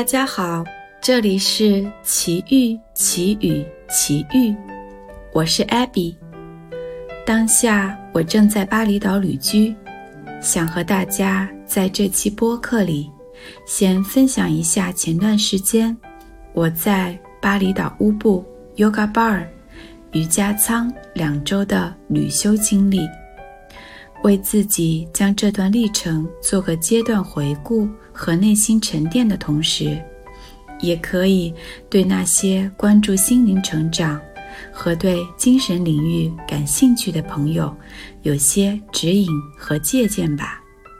家好，这里是奇遇奇语奇遇，我是 Abby。当下我正在巴厘岛旅居，想和大家在这期播客里先分享一下前段时间我在巴厘岛乌布 Yoga Bar 瑜伽舱2周的旅修经历，为自己将这段历程做个阶段回顾和内心沉淀的同时，也可以对那些关注心灵成长和对精神领域感兴趣的朋友有些指引和借鉴吧。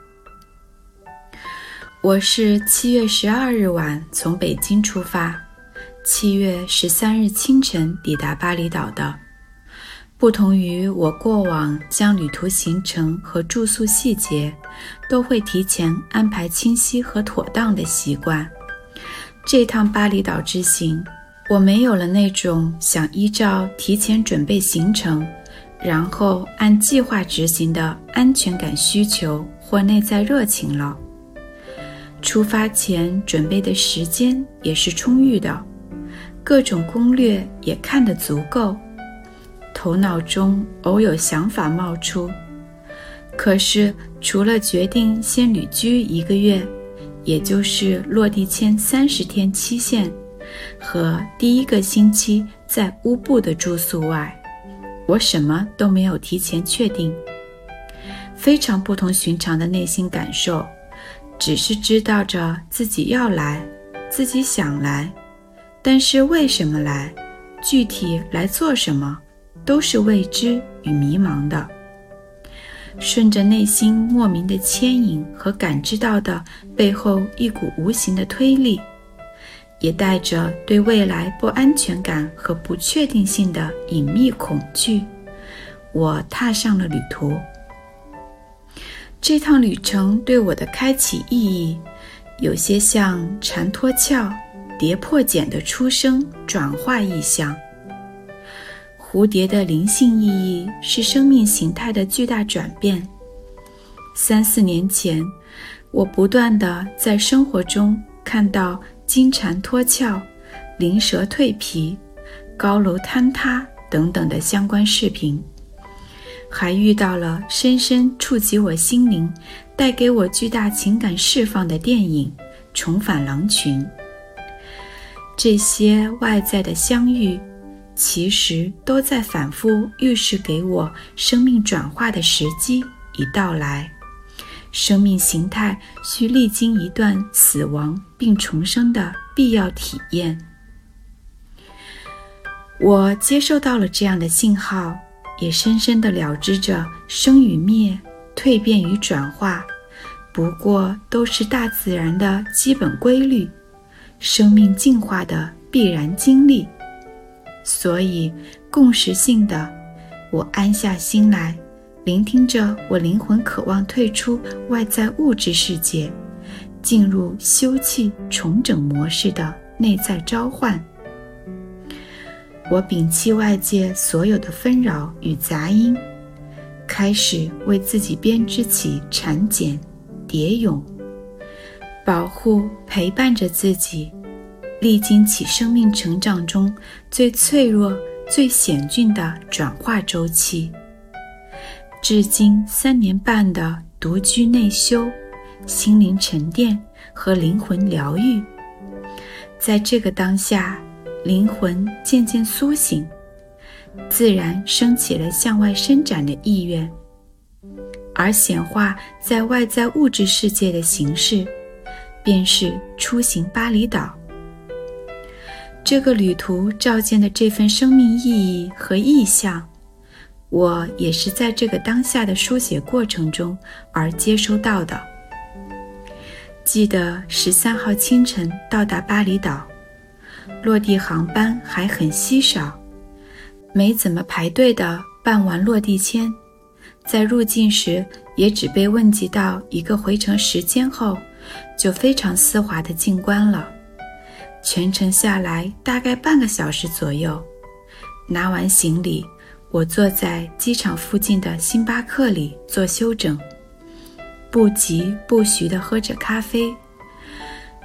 我是7月12日晚从北京出发，7月13日清晨抵达巴厘岛的。不同于我过往将旅途行程和住宿细节都会提前安排清晰和妥当的习惯，这趟巴厘岛之行，我没有了那种想依照提前准备行程，然后按计划执行的安全感需求或内在热情了。出发前准备的时间也是充裕的，各种攻略也看得足够，头脑中偶有想法冒出，可是除了决定先旅居1个月，也就是落地签30天期限和第1个星期在乌布的住宿外，我什么都没有提前确定。非常不同寻常的内心感受，只是知道着自己要来，自己想来，但是为什么来，具体来做什么，都是未知与迷茫的。顺着内心莫名的牵引和感知到的背后一股无形的推力，也带着对未来不安全感和不确定性的隐秘恐惧，我踏上了旅途。这趟旅程对我的开启意义，有些像蝉脱壳、蝶破茧的出生转化意象。蝴蝶的灵性意义是生命形态的巨大转变。3-4年前，我不断地在生活中看到金蝉脱壳、灵蛇蜕皮、高楼坍塌等等的相关视频，还遇到了深深触及我心灵、带给我巨大情感释放的电影《重返狼群》。这些外在的相遇其实都在反复预示给我生命转化的时机已到来，生命形态需历经一段死亡并重生的必要体验。我接受到了这样的信号，也深深地了知着生与灭、蜕变与转化不过都是大自然的基本规律，生命进化的必然经历。所以共识性的，我安下心来，聆听着我灵魂渴望退出外在物质世界，进入休憩重整模式的内在召唤。我摒弃外界所有的纷扰与杂音，开始为自己编织起蚕茧蝶蛹，保护陪伴着自己，历经起生命成长中最脆弱最险峻的转化周期。至今3年半的独居内修、心灵沉淀和灵魂疗愈，在这个当下，灵魂渐渐苏醒，自然升起了向外伸展的意愿，而显化在外在物质世界的形式，便是出行巴厘岛。这个旅途照见的这份生命意义和意象，我也是在这个当下的书写过程中而接收到的。记得13号清晨到达巴厘岛，落地航班还很稀少，没怎么排队的办完落地签，在入境时也只被问及到一个回程时间后，就非常丝滑地进关了。全程下来大概半个小时左右，拿完行李，我坐在机场附近的星巴克里做休整，不急不徐地喝着咖啡，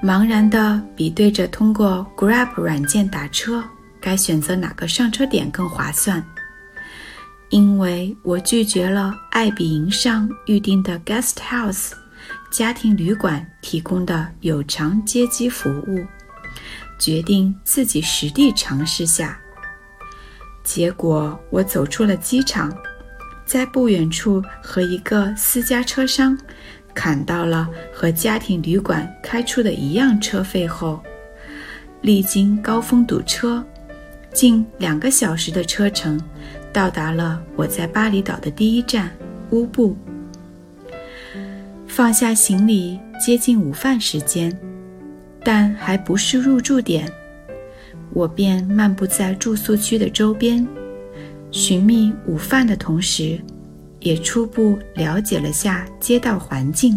茫然地比对着通过 Grab 软件打车该选择哪个上车点更划算，因为我拒绝了爱彼迎上预定的 Guest House 家庭旅馆提供的有偿接机服务，决定自己实地尝试下。结果我走出了机场，在不远处和一个私家车商砍到了和家庭旅馆开出的一样车费后，历经高峰堵车，近2个小时的车程，到达了我在巴厘岛的第一站乌布。放下行李，接近午饭时间，但还不是入住点，我便漫步在住宿区的周边，寻觅午饭的同时，也初步了解了下街道环境。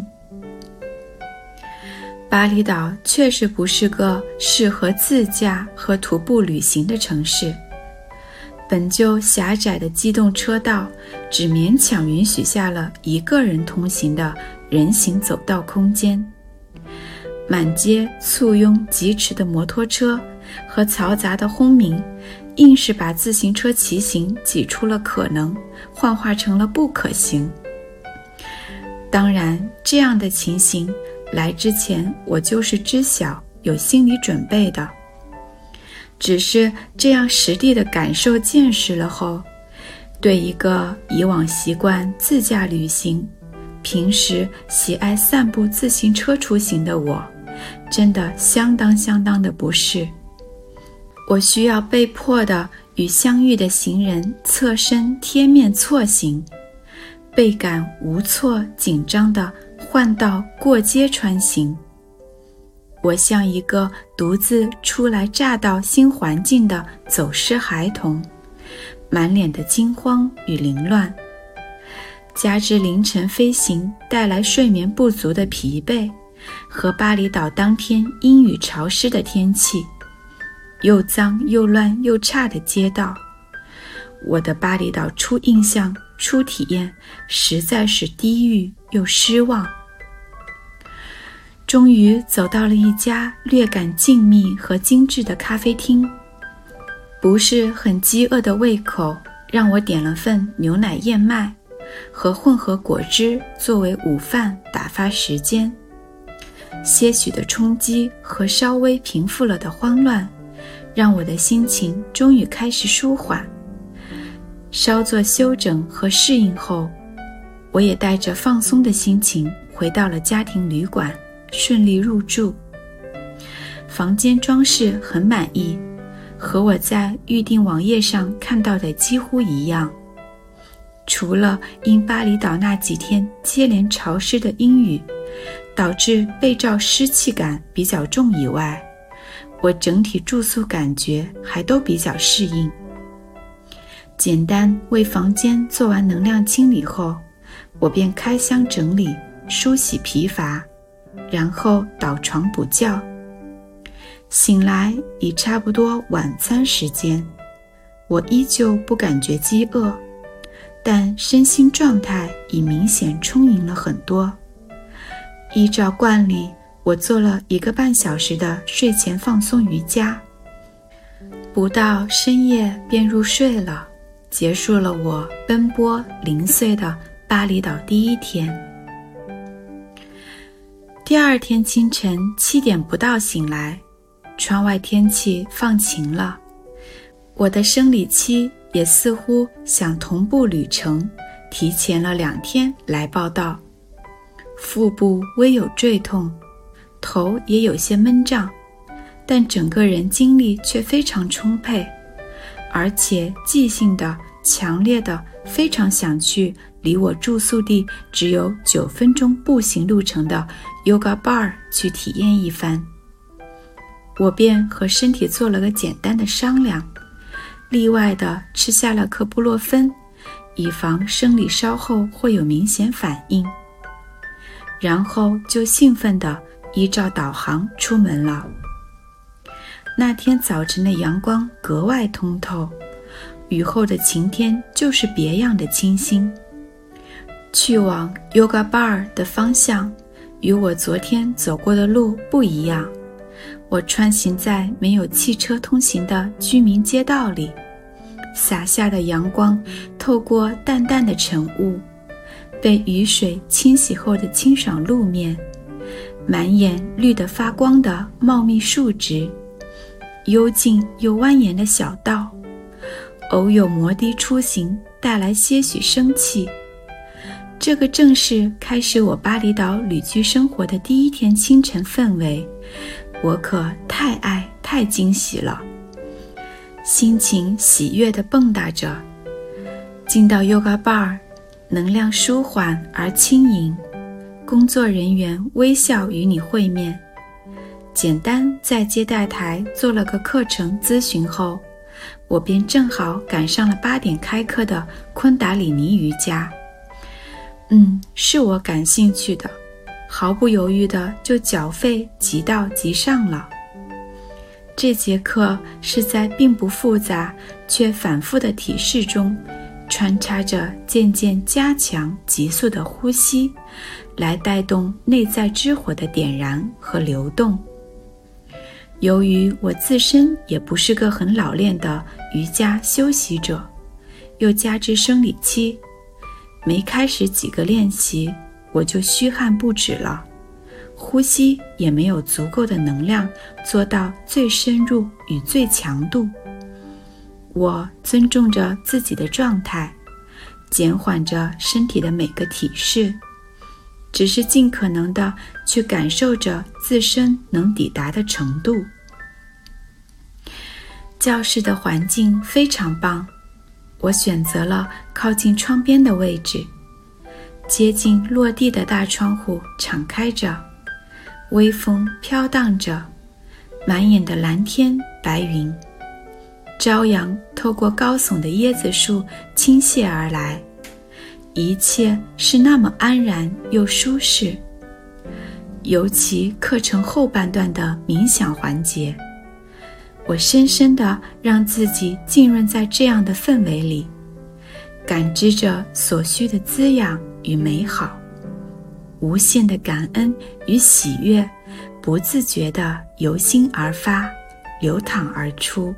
巴厘岛确实不是个适合自驾和徒步旅行的城市，本就狭窄的机动车道只勉强允许下了一个人通行的人行走道空间，满街簇拥疾驰的摩托车和嘈杂的轰鸣，硬是把自行车骑行挤出了可能，幻化成了不可行。当然，这样的情形来之前我就是知晓有心理准备的，只是这样实地的感受见识了后，对一个以往习惯自驾旅行，平时喜爱散步自行车出行的我，真的相当的不适。我需要被迫的与相遇的行人侧身贴面错行，倍感无措紧张的换道过街穿行。我像一个独自初来乍到新环境的走失孩童，满脸的惊慌与凌乱，加之凌晨飞行带来睡眠不足的疲惫，和巴厘岛当天阴雨潮湿的天气，又脏又乱又差的街道，我的巴厘岛初印象、初体验实在是低郁又失望。终于走到了一家略感静谧和精致的咖啡厅，不是很饥饿的胃口让我点了份牛奶燕麦和混合果汁作为午饭打发时间。些许的冲击和稍微平复了的慌乱，让我的心情终于开始舒缓。稍作休整和适应后，我也带着放松的心情回到了家庭旅馆，顺利入住。房间装饰很满意，和我在预订网页上看到的几乎一样。除了因巴厘岛那几天接连潮湿的阴雨，导致被罩湿气感比较重以外，我整体住宿感觉还都比较适应。简单为房间做完能量清理后，我便开箱整理，梳洗疲乏，然后倒床补觉。醒来已差不多晚餐时间，我依旧不感觉饥饿，但身心状态已明显充盈了很多。依照惯例，我做了1个半小时的睡前放松瑜伽，不到深夜便入睡了，结束了我奔波零碎的巴厘岛第一天。第2天清晨7点不到醒来，窗外天气放晴了，我的生理期也似乎想同步旅程，提前了2天来报到。腹部微有坠痛，头也有些闷胀，但整个人精力却非常充沛，而且即兴的、强烈的非常想去离我住宿地只有9分钟步行路程的 Yoga Bar 去体验一番。我便和身体做了个简单的商量，例外的吃下了克布洛芬，以防生理稍后会有明显反应。然后就兴奋地依照导航出门了。那天早晨的阳光格外通透，雨后的晴天就是别样的清新。去往 Yoga Bar 的方向与我昨天走过的路不一样， 我穿行在没有汽车通行的居民街道里，洒下的阳光透过淡淡的晨雾，被雨水清洗后的清爽路面，满眼绿得发光的茂密树枝，幽静又蜿蜒的小道，偶有摩的出行，带来些许生气。这个正是开始我巴厘岛旅居生活的第一天清晨氛围，我可太惊喜了，心情喜悦地蹦跶着。进到 Yoga Bar， 能量舒缓而轻盈，工作人员微笑与你会面。简单在接待台做了个课程咨询后，我便正好赶上了8点开课的昆达里尼瑜伽。是我感兴趣的，毫不犹豫的就缴费即到即上了。这节课是在并不复杂却反复的体式中，穿插着渐渐加强急速的呼吸，来带动内在之火的点燃和流动。由于我自身也不是个很老练的瑜伽修习者，又加之生理期，没开始几个练习我就虚汗不止了，呼吸也没有足够的能量做到最深入与最强度。我尊重着自己的状态，减缓着身体的每个体式，只是尽可能地去感受着自身能抵达的程度。教室的环境非常棒，我选择了靠近窗边的位置，接近落地的大窗户敞开着，微风飘荡着，满眼的蓝天白云，朝阳透过高耸的椰子树倾泻而来，一切是那么安然又舒适。尤其课程后半段的冥想环节，我深深地让自己浸润在这样的氛围里，感知着所需的滋养与美好，无限的感恩与喜悦不自觉地由心而发，流淌而出。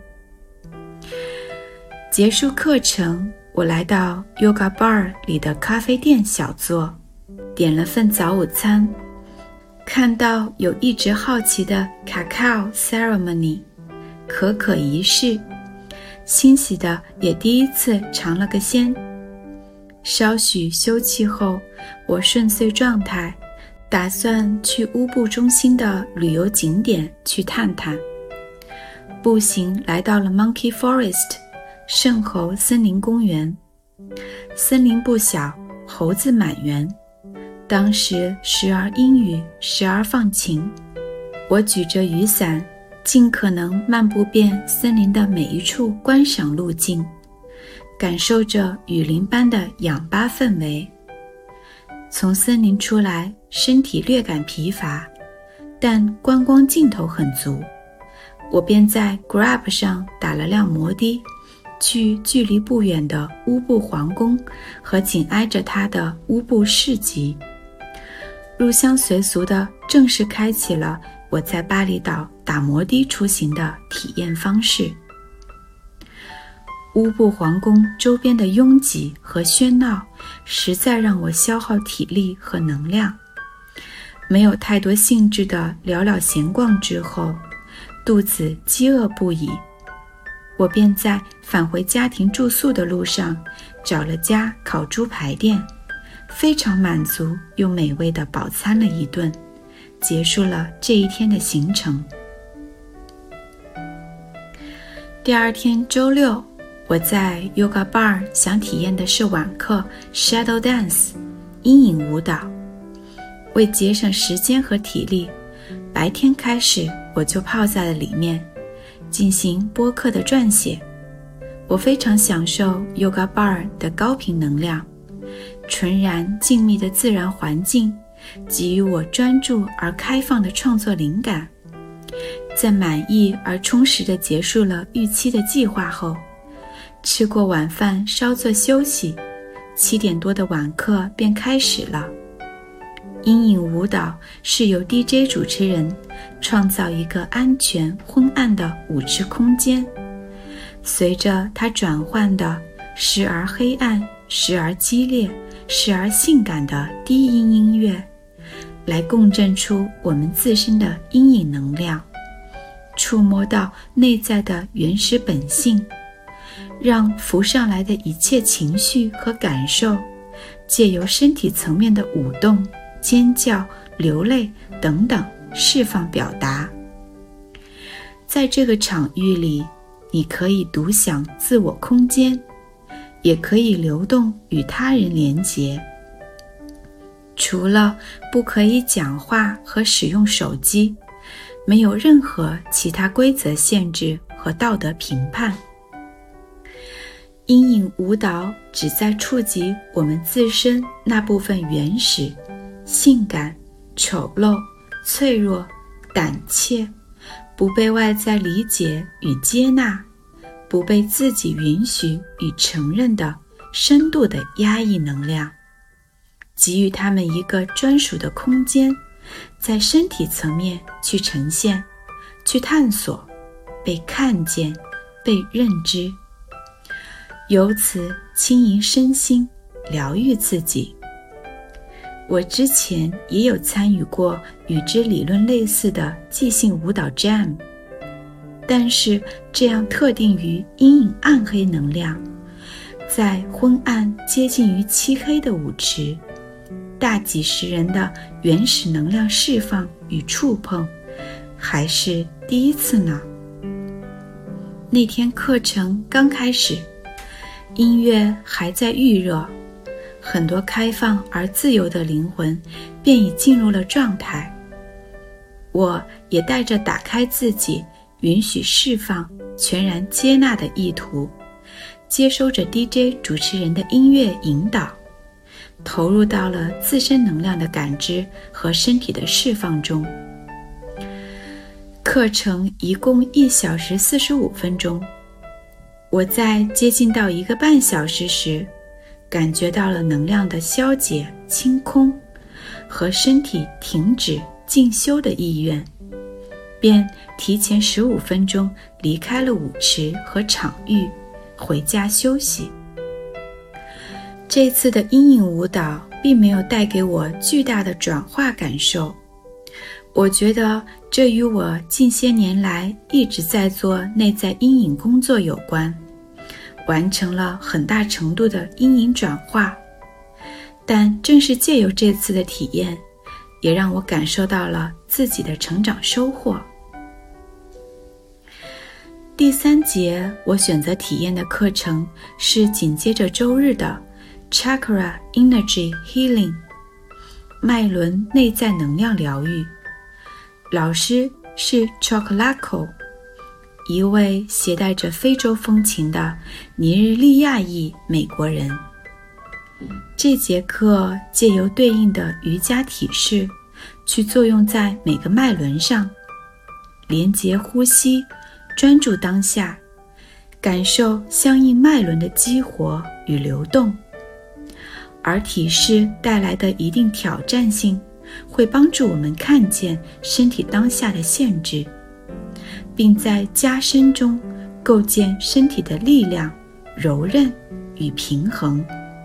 结束课程，我来到 Yoga Bar 里的咖啡店小坐，点了份早午餐，看到有一直好奇的 Cacao Ceremony 可可仪式，欣喜的也第一次尝了个鲜。稍许休憩后，我顺遂状态，打算去乌布中心的旅游景点去探探。步行来到了 Monkey Forest 圣猴森林公园，森林不小，猴子满园，当时时而阴雨，时而放晴。我举着雨伞，尽可能漫步遍森林的每一处观赏路径，感受着雨林般的氧吧氛围。从森林出来，身体略感疲乏，但观光劲头很足。我便在 Grab 上打了辆摩的，去距离不远的乌布皇宫和紧挨着它的乌布市集。入乡随俗的正式开启了我在巴厘岛打摩的出行的体验方式。乌布皇宫周边的拥挤和喧闹实在让我消耗体力和能量，没有太多兴致的寥寥闲逛之后，肚子饥饿不已，我便在返回家庭住宿的路上找了家烤猪排店，非常满足又美味地饱餐了一顿，结束了这一天的行程。第二天周六，我在 Yoga Bar 想体验的是晚课 Shadow Dance 阴影舞蹈。为节省时间和体力，白天开始我就泡在了里面，进行播客的撰写。我非常享受 Yoga Bar 的高频能量，纯然静谧的自然环境给予我专注而开放的创作灵感。在满意而充实地结束了预期的计划后，吃过晚饭稍作休息，7点多的晚课便开始了。 阴影舞蹈是由 DJ 主持人创造一个安全昏暗的舞池空间，随着它转换的时而黑暗、时而激烈、时而性感的低音音乐，来共振出我们自身的阴影能量，触摸到内在的原始本性，让浮上来的一切情绪和感受借由身体层面的舞动、尖叫、流泪等等释放表达。在这个场域里，你可以独享自我空间，也可以流动与他人连结。除了不可以讲话和使用手机，没有任何其他规则限制和道德评判。阴影舞蹈只在触及我们自身那部分原始、性感、丑陋、脆弱、胆怯，不被外在理解与接纳，不被自己允许与承认的深度的压抑能量，给予他们一个专属的空间，在身体层面去呈现、去探索、被看见、被认知，由此轻盈身心，疗愈自己。我之前也有参与过与之理论类似的即兴舞蹈 Jam， 但是这样特定于阴影暗黑能量，在昏暗接近于漆黑的舞池，大几十人的原始能量释放与触碰，还是第一次呢。那天课程刚开始，音乐还在预热，很多开放而自由的灵魂便已进入了状态。我也带着打开自己、允许释放、全然接纳的意图，接收着 DJ 主持人的音乐引导，投入到了自身能量的感知和身体的释放中。课程一共1小时45分钟，我在接近到1个半小时时，感觉到了能量的消解、清空和身体停止静修的意愿，便提前15分钟离开了舞池和场域，回家休息。这次的阴影舞蹈并没有带给我巨大的转化感受，我觉得这与我近些年来一直在做内在阴影工作有关，完成了很大程度的阴影转化。但正是借由这次的体验，也让我感受到了自己的成长收获。第3节我选择体验的课程是紧接着周日的 Chakra Energy Healing 脉轮内在能量疗愈，老师是 Chocolacco， 一位携带着非洲风情的尼日利亚裔美国人。这节课借由对应的瑜伽体式去作用在每个脉轮上，连接呼吸，专注当下，感受相应脉轮的激活与流动。而体式带来的一定挑战性，会帮助我们看见身体当下的限制，并在加深中构建身体的力量、柔韧与平衡。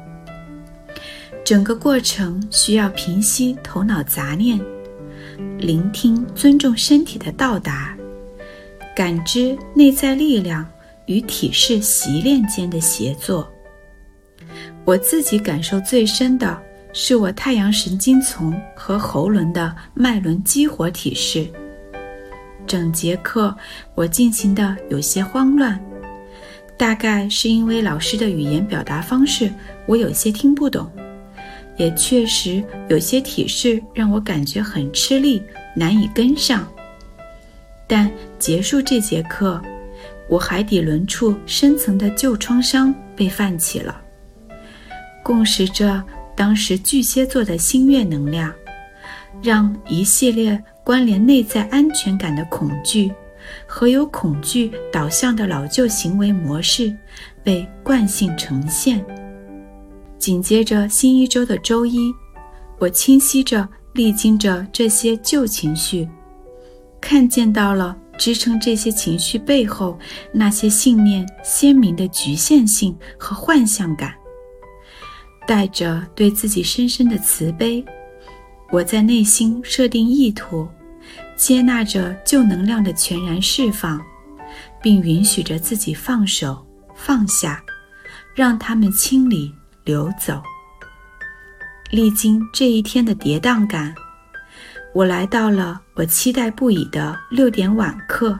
整个过程需要平息头脑杂念，聆听尊重身体的到达，感知内在力量与体式习练间的协作。我自己感受最深的是我太阳神经丛和喉轮的脉轮激活体式。整节课我进行的有些慌乱，大概是因为老师的语言表达方式我有些听不懂，也确实有些体式让我感觉很吃力，难以跟上。但结束这节课，我海底轮处深层的旧创伤被泛起了，共识着当时巨蟹座的新月能量，让一系列关联内在安全感的恐惧和由恐惧导向的老旧行为模式被惯性呈现。紧接着新一周的周一，我清晰着历经着这些旧情绪，看见到了支撑这些情绪背后那些信念鲜明的局限性和幻象感。带着对自己深深的慈悲，我在内心设定意图，接纳着旧能量的全然释放，并允许着自己放手放下，让它们清理流走。历经这一天的跌宕感，我来到了我期待不已的6点晚课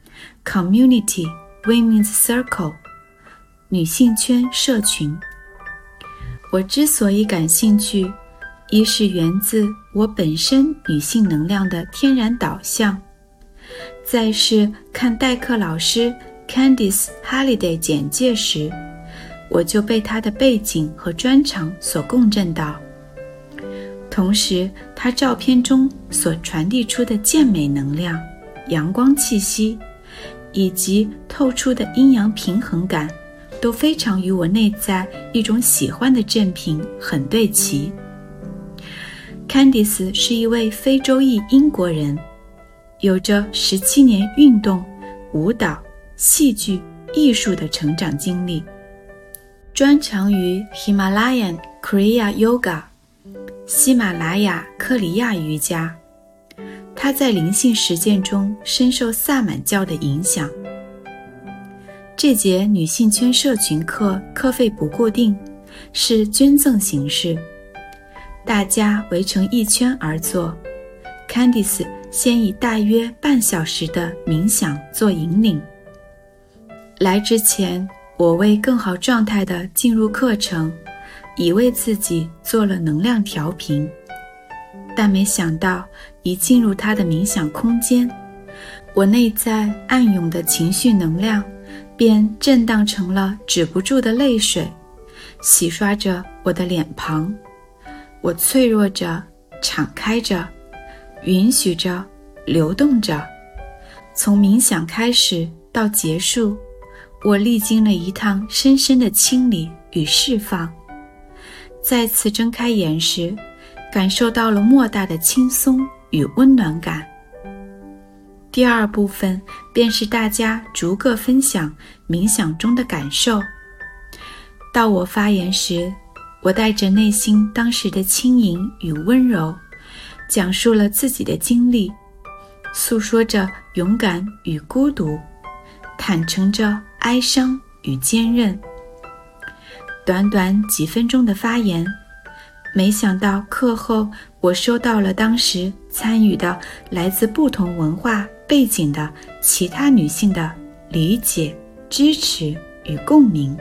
Community Women's Circle 女性圈社群。我之所以感兴趣，一是源自我本身女性能量的天然导向，再是看代课老师 Candice Halliday 简介时，我就被她的背景和专长所共振到。同时她照片中所传递出的健美能量、阳光气息以及透出的阴阳平衡感，都非常与我内在一种喜欢的正品很对齐。Candice 是一位非洲裔英国人，有着17年运动、舞蹈、戏剧、艺术的成长经历，专长于 Himalayan Kriya Yoga 喜马拉雅克里亚瑜伽。他在灵性实践中深受萨满教的影响。这节女性圈社群课课费不固定，是捐赠形式，大家围成一圈而坐。Candice 先以大约半小时的冥想做引领。来之前，我为更好状态地进入课程，已为自己做了能量调频，但没想到一进入他的冥想空间，我内在暗涌的情绪能量便震荡成了止不住的泪水，洗刷着我的脸庞。我脆弱着，敞开着，允许着，流动着。从冥想开始到结束，我历经了一趟深深的清理与释放。再次睁开眼时，感受到了莫大的轻松与温暖感。第二部分便是大家逐个分享冥想中的感受。到我发言时，我带着内心当时的轻盈与温柔，讲述了自己的经历，诉说着勇敢与孤独，坦诚着哀伤与坚韧。短短几分钟的发言，没想到课后我收到了当时参与的来自不同文化背景的其他女性的理解、支持与共鸣。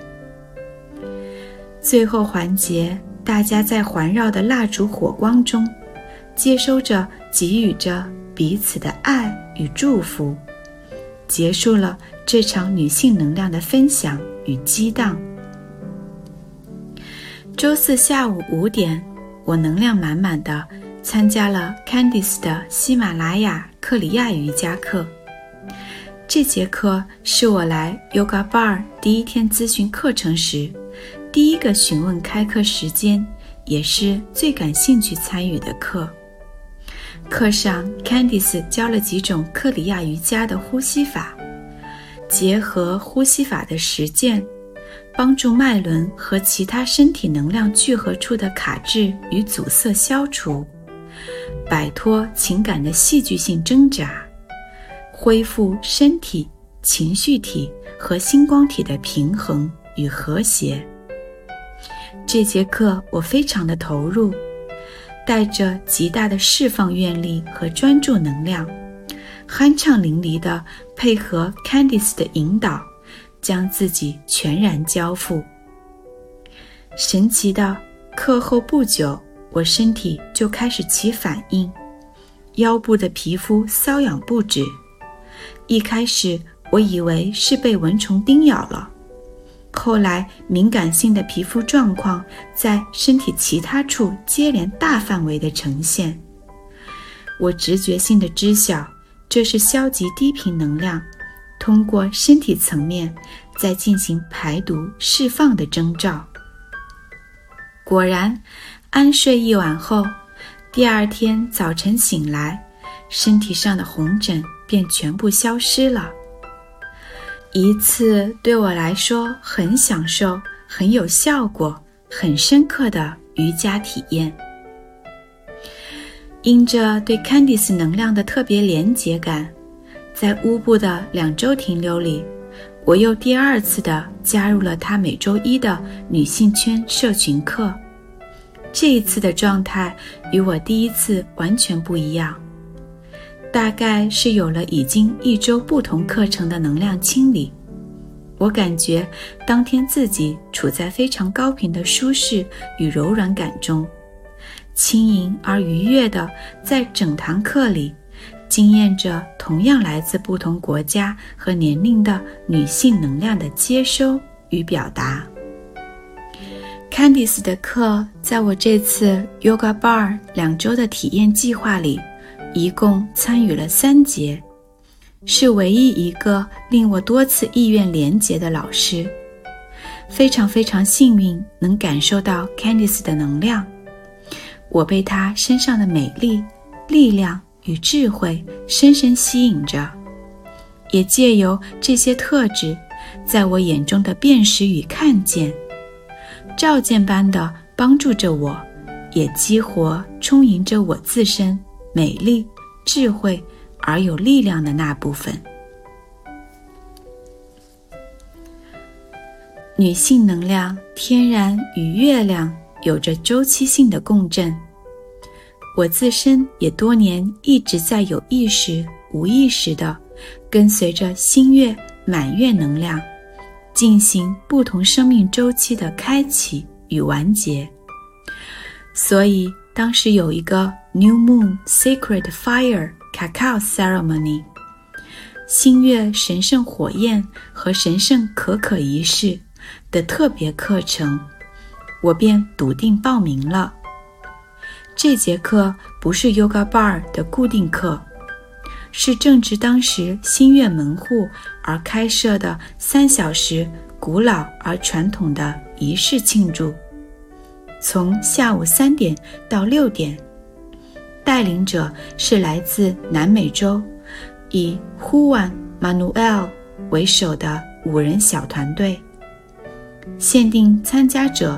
最后环节，大家在环绕的蜡烛火光中，接收着、给予着彼此的爱与祝福，结束了这场女性能量的分享与激荡。周四下午5点，我能量满满的参加了 Candice 的喜马拉雅克里亚瑜伽课。这节课是我来 Yoga Bar 第一天咨询课程时第一个询问开课时间，也是最感兴趣参与的课。课上 Candice 教了几种克里亚瑜伽的呼吸法，结合呼吸法的实践，帮助脉轮和其他身体能量聚合处的卡滞与阻塞消除，摆脱情感的戏剧性挣扎，恢复身体、情绪体和星光体的平衡与和谐。这节课我非常的投入，带着极大的释放愿力和专注能量，酣畅淋漓地配合 Candice 的引导，将自己全然交付。神奇的，课后不久，我身体就开始起反应，腰部的皮肤瘙痒不止。一开始我以为是被蚊虫叮咬了，后来敏感性的皮肤状况在身体其他处接连大范围的呈现。我直觉性的知晓，这是消极低频能量通过身体层面在进行排毒释放的征兆。果然，安睡一晚后第二天早晨醒来，身体上的红疹便全部消失了。一次对我来说很享受、很有效果、很深刻的瑜伽体验。因着对 Candice 能量的特别连结感，在乌布的2周停留里，我又第二次的加入了她每周1的女性圈社群课。这一次的状态与我第一次完全不一样，大概是有了已经1周不同课程的能量清理。我感觉当天自己处在非常高频的舒适与柔软感中，轻盈而愉悦的在整堂课里经验着同样来自不同国家和年龄的女性能量的接收与表达。Candice 的课在我这次 Yoga Bar 2周的体验计划里，一共参与了3节，是唯一一个令我多次意愿连结的老师。非常非常幸运能感受到 Candice 的能量，我被她身上的美丽、力量与智慧深深吸引着，也借由这些特质在我眼中的辨识与看见，照见般地帮助着我，也激活充盈着我自身美丽、智慧而有力量的那部分。女性能量天然与月亮有着周期性的共振，我自身也多年一直在有意识、无意识地跟随着新月、满月能量进行不同生命周期的开启与完结。所以当时有一个 New Moon Sacred Fire Cacao Ceremony 新月神圣火焰和神圣可可仪式的特别课程，我便笃定报名了。这节课不是 Yoga Bar 的固定课，是正值当时新月门户而开设的3小时古老而传统的仪式庆祝，从下午3点到6点，带领者是来自南美洲以Juan Manuel 为首的5人小团队，限定参加者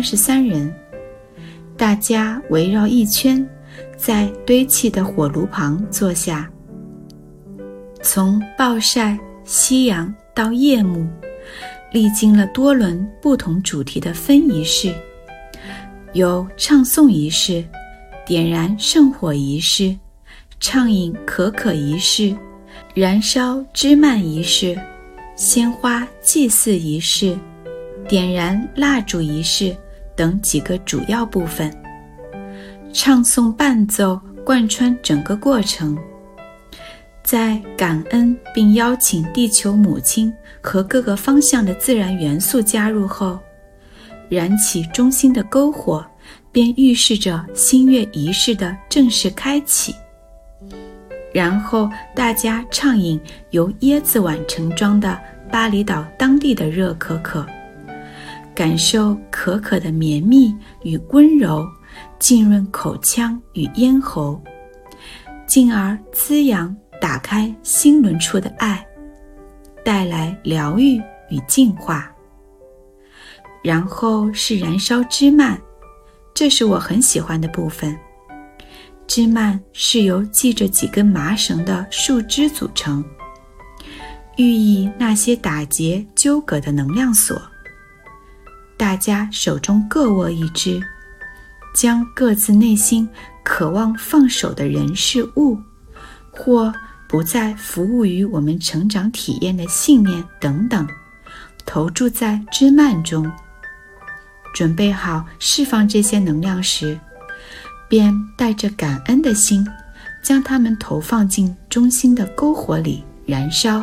33人，大家围绕一圈，在堆砌的火炉旁坐下，从暴晒、夕阳到夜幕，历经了多轮不同主题的分仪式，有唱诵仪式、点燃圣火仪式、畅饮可可仪式、燃烧枝蔓仪式、鲜花祭祀仪式、点燃蜡烛仪式等几个主要部分，唱诵伴奏贯穿整个过程。在感恩并邀请地球母亲和各个方向的自然元素加入后，燃起中心的篝火，便预示着新月仪式的正式开启。然后大家畅饮由椰子碗盛装的巴厘岛当地的热可可，感受可可的绵密与温柔浸润口腔与咽喉，进而滋养打开心轮处的爱，带来疗愈与净化。然后是燃烧枝蔓，这是我很喜欢的部分。枝蔓是由系着几根麻绳的树枝组成，寓意那些打结纠葛的能量锁。大家手中各握一支，将各自内心渴望放手的人事物，或不再服务于我们成长体验的信念等等，投注在枝蔓中。准备好释放这些能量时，便带着感恩的心，将它们投放进中心的篝火里燃烧。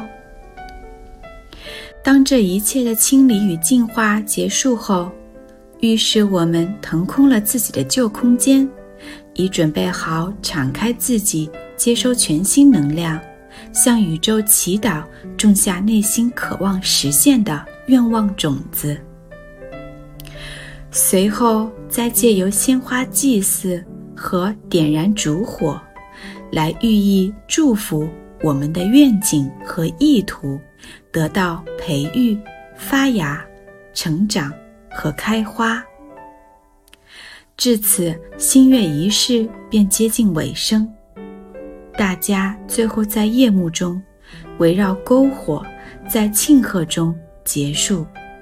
当这一切的清理与净化结束后，预示我们腾空了自己的旧空间，已准备好敞开自己，接收全新能量，向宇宙祈祷，种下内心渴望实现的愿望种子。随后再借由鲜花祭祀、 和点燃烛火，来寓意祝福我们的愿景和意图得到培育、发芽、成长和开花。至此，新月仪式便接近尾声，大家最后在夜幕中围绕篝火，在庆贺中结束。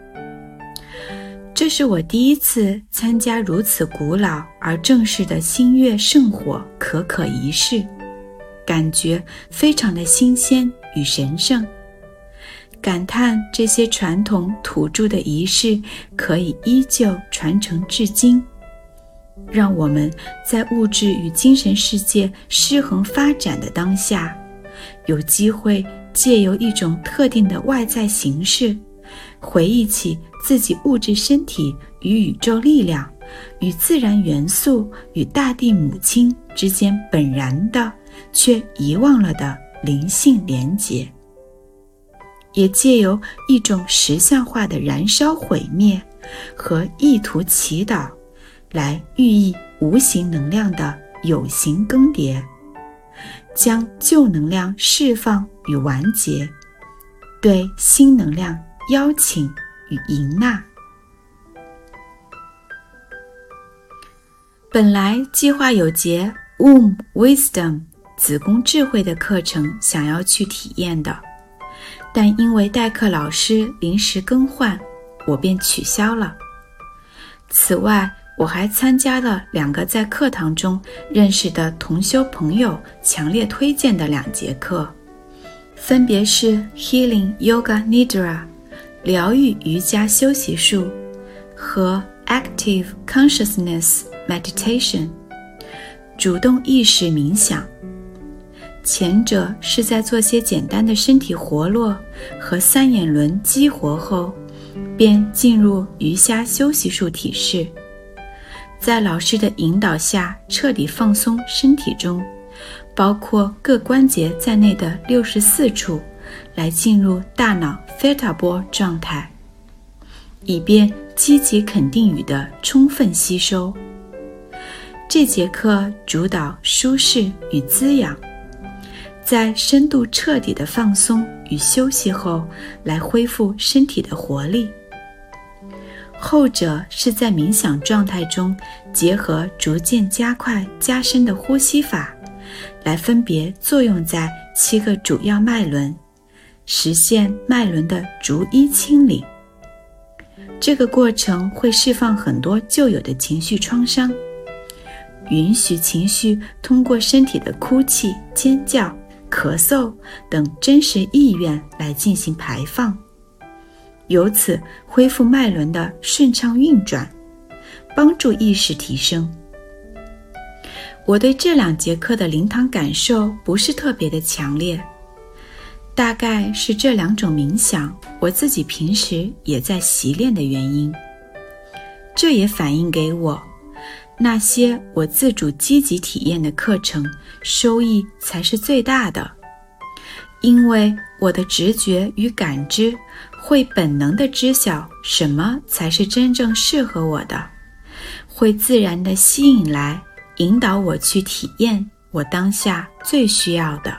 这是我第一次参加如此古老而正式的新月圣火可可仪式，感觉非常的新鲜与神圣，感叹这些传统土著的仪式可以依旧传承至今，让我们在物质与精神世界失衡发展的当下，有机会借由一种特定的外在形式，回忆起自己物质身体与宇宙力量、与自然元素与大地母亲之间本然的却遗忘了的灵性连结，也借由一种实相化的燃烧毁灭和意图祈祷来寓意无形能量的有形更迭，将旧能量释放与完结，对新能量邀请与迎纳。本来计划有节 Womb Wisdom 子宫智慧的课程想要去体验的，但因为代课老师临时更换，我便取消了。此外，我还参加了2个在课堂中认识的同修朋友强烈推荐的2节课，分别是 Healing Yoga Nidra 疗愈瑜伽休息术和 Active Consciousness Meditation 主动意识冥想。前者是在做些简单的身体活络和3眼轮激活后，便进入瑜伽休息术体式，在老师的引导下彻底放松身体中包括各关节在内的64处，来进入大脑 Theta 波状态，以便积极肯定语的充分吸收。这节课主导舒适与滋养，在深度彻底的放松与休息后，来恢复身体的活力。后者是在冥想状态中结合逐渐加快加深的呼吸法，来分别作用在7个主要脉轮，实现脉轮的逐一清理。这个过程会释放很多旧有的情绪创伤，允许情绪通过身体的哭泣、尖叫、咳嗽等真实意愿来进行排放，由此恢复脉轮的顺畅运转，帮助意识提升。我对这2节课的灵堂感受不是特别的强烈，大概是这2种冥想我自己平时也在习练的原因。这也反映给我，那些我自主积极体验的课程收益才是最大的，因为我的直觉与感知会本能地知晓什么才是真正适合我的，会自然地吸引来引导我去体验我当下最需要的。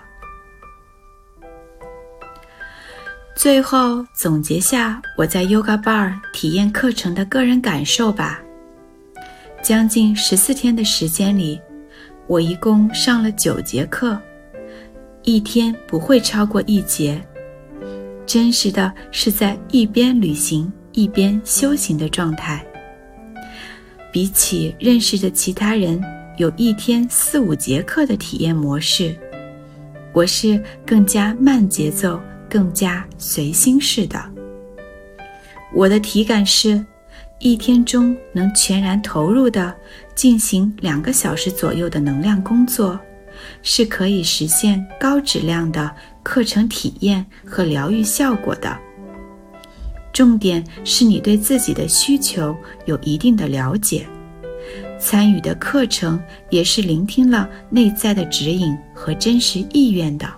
最后总结下我在 Yoga Bar 体验课程的个人感受吧。将近14天的时间里，我一共上了9节课，一天不会超过1节，真实的是在一边旅行一边修行的状态。比起认识的其他人有一天4、5节课的体验模式，我是更加慢节奏、更加随心式的。我的体感是，一天中能全然投入地进行2个小时左右的能量工作，是可以实现高质量的课程体验和疗愈效果的。重点是你对自己的需求有一定的了解，参与的课程也是聆听了内在的指引和真实意愿的。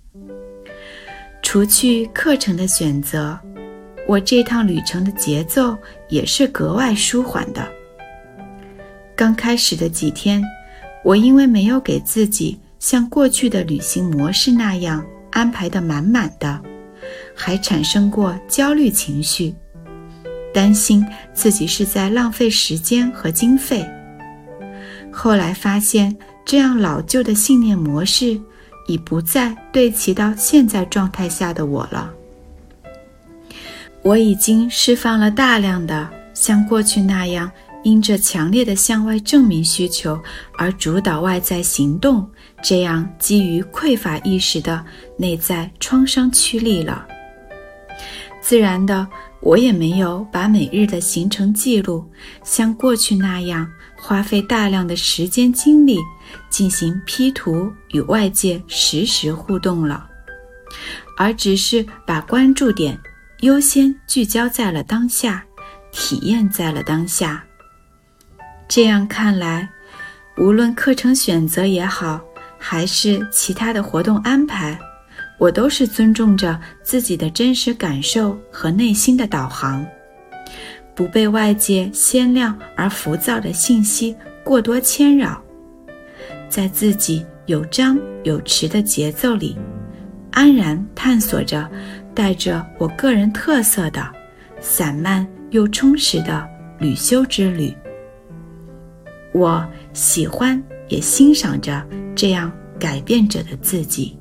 除去课程的选择，我这趟旅程的节奏也是格外舒缓的。刚开始的几天， 我因为没有给自己像过去的旅行模式那样安排得满满的，还产生过焦虑情绪，担心自己是在浪费时间和经费。后来发现，这样老旧的信念模式已不再对齐到现在状态下的我了。我已经释放了大量的像过去那样因着强烈的向外证明需求而主导外在行动，这样基于匮乏意识的内在创伤驱力了。自然的，我也没有把每日的行程记录像过去那样花费大量的时间精力进行 P 图与外界实时互动了，而只是把关注点优先聚焦在了当下，体验在了当下。这样看来，无论课程选择也好，还是其他的活动安排，我都是尊重着自己的真实感受和内心的导航，不被外界鲜亮而浮躁的信息过多牵扰，在自己有张有弛的节奏里，安然探索着带着我个人特色的散漫又充实的旅修之旅。我喜欢也欣赏着这样改变者的自己。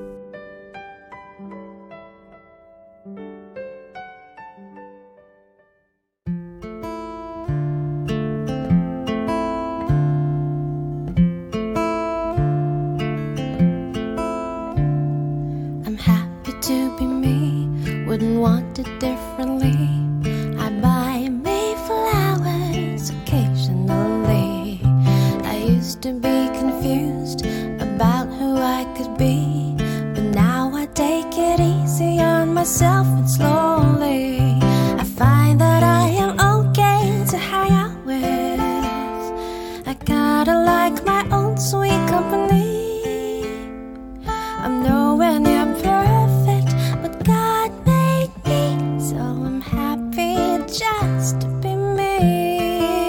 I'm happy to be me, wouldn't want it differently. I buy me flowers occasionally. I used to be confused about who I could be, but now I take it easy on myself and slowly I find that I am okay to hang out with. I gotta like my own sweet company. I'm nowhere near perfect, but God made me, so I'm happy just to be me.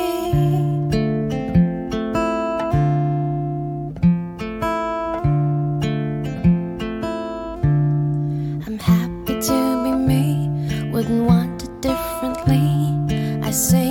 I'm happy to be me, wouldn't want it differently. I say